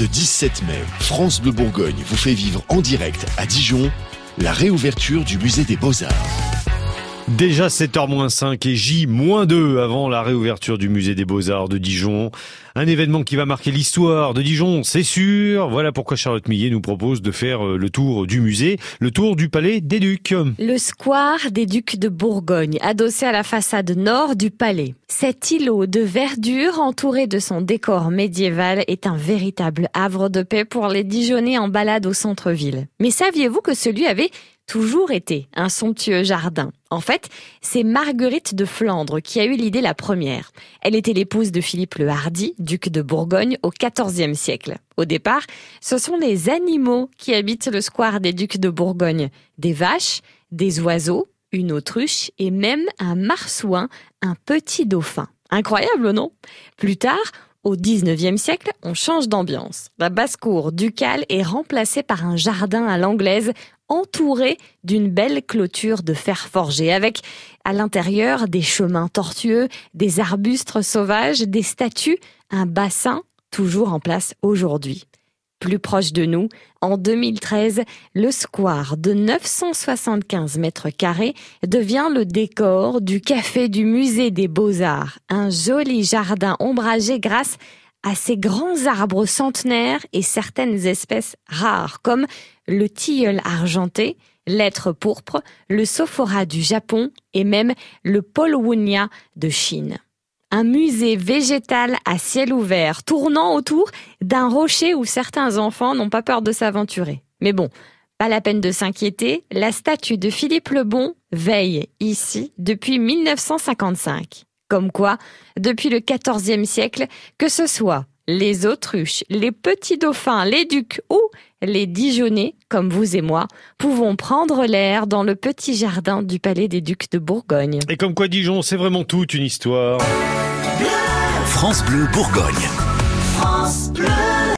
Ce 17 mai, France Bleu Bourgogne vous fait vivre en direct à Dijon la réouverture du musée des Beaux-Arts. Déjà 7h-5 et J-2 avant la réouverture du musée des Beaux-Arts de Dijon. Un événement qui va marquer l'histoire de Dijon, c'est sûr. Voilà pourquoi Charlotte Millet nous propose de faire le tour du musée, le tour du Palais des Ducs. Le square des Ducs de Bourgogne, adossé à la façade nord du palais. Cet îlot de verdure entouré de son décor médiéval est un véritable havre de paix pour les Dijonnais en balade au centre-ville. Mais saviez-vous que celui avait toujours été un somptueux jardin? En fait, c'est Marguerite de Flandre qui a eu l'idée la première. Elle était l'épouse de Philippe le Hardi, duc de Bourgogne, au XIVe siècle. Au départ, ce sont les animaux qui habitent le square des Ducs de Bourgogne. Des vaches, des oiseaux, une autruche et même un marsouin, un petit dauphin. Incroyable, non? Plus tard, au XIXe siècle, on change d'ambiance. La basse-cour ducale est remplacée par un jardin à l'anglaise entouré d'une belle clôture de fer forgé avec à l'intérieur des chemins tortueux, des arbustes sauvages, des statues, un bassin toujours en place aujourd'hui. Plus proche de nous, en 2013, le square de 975 mètres carrés devient le décor du café du musée des Beaux-Arts. Un joli jardin ombragé grâce à ces grands arbres centenaires et certaines espèces rares comme le tilleul argenté, l'hêtre pourpre, le sophora du Japon et même le paulownia de Chine. Un musée végétal à ciel ouvert, tournant autour d'un rocher où certains enfants n'ont pas peur de s'aventurer. Mais bon, pas la peine de s'inquiéter, la statue de Philippe le Bon veille ici depuis 1955. Comme quoi, depuis le XIVe siècle, que ce soit les autruches, les petits dauphins, les ducs ou les Dijonnais, comme vous et moi, pouvons prendre l'air dans le petit jardin du Palais des Ducs de Bourgogne. Et comme quoi Dijon, c'est vraiment toute une histoire. France Bleu Bourgogne. France Bleu.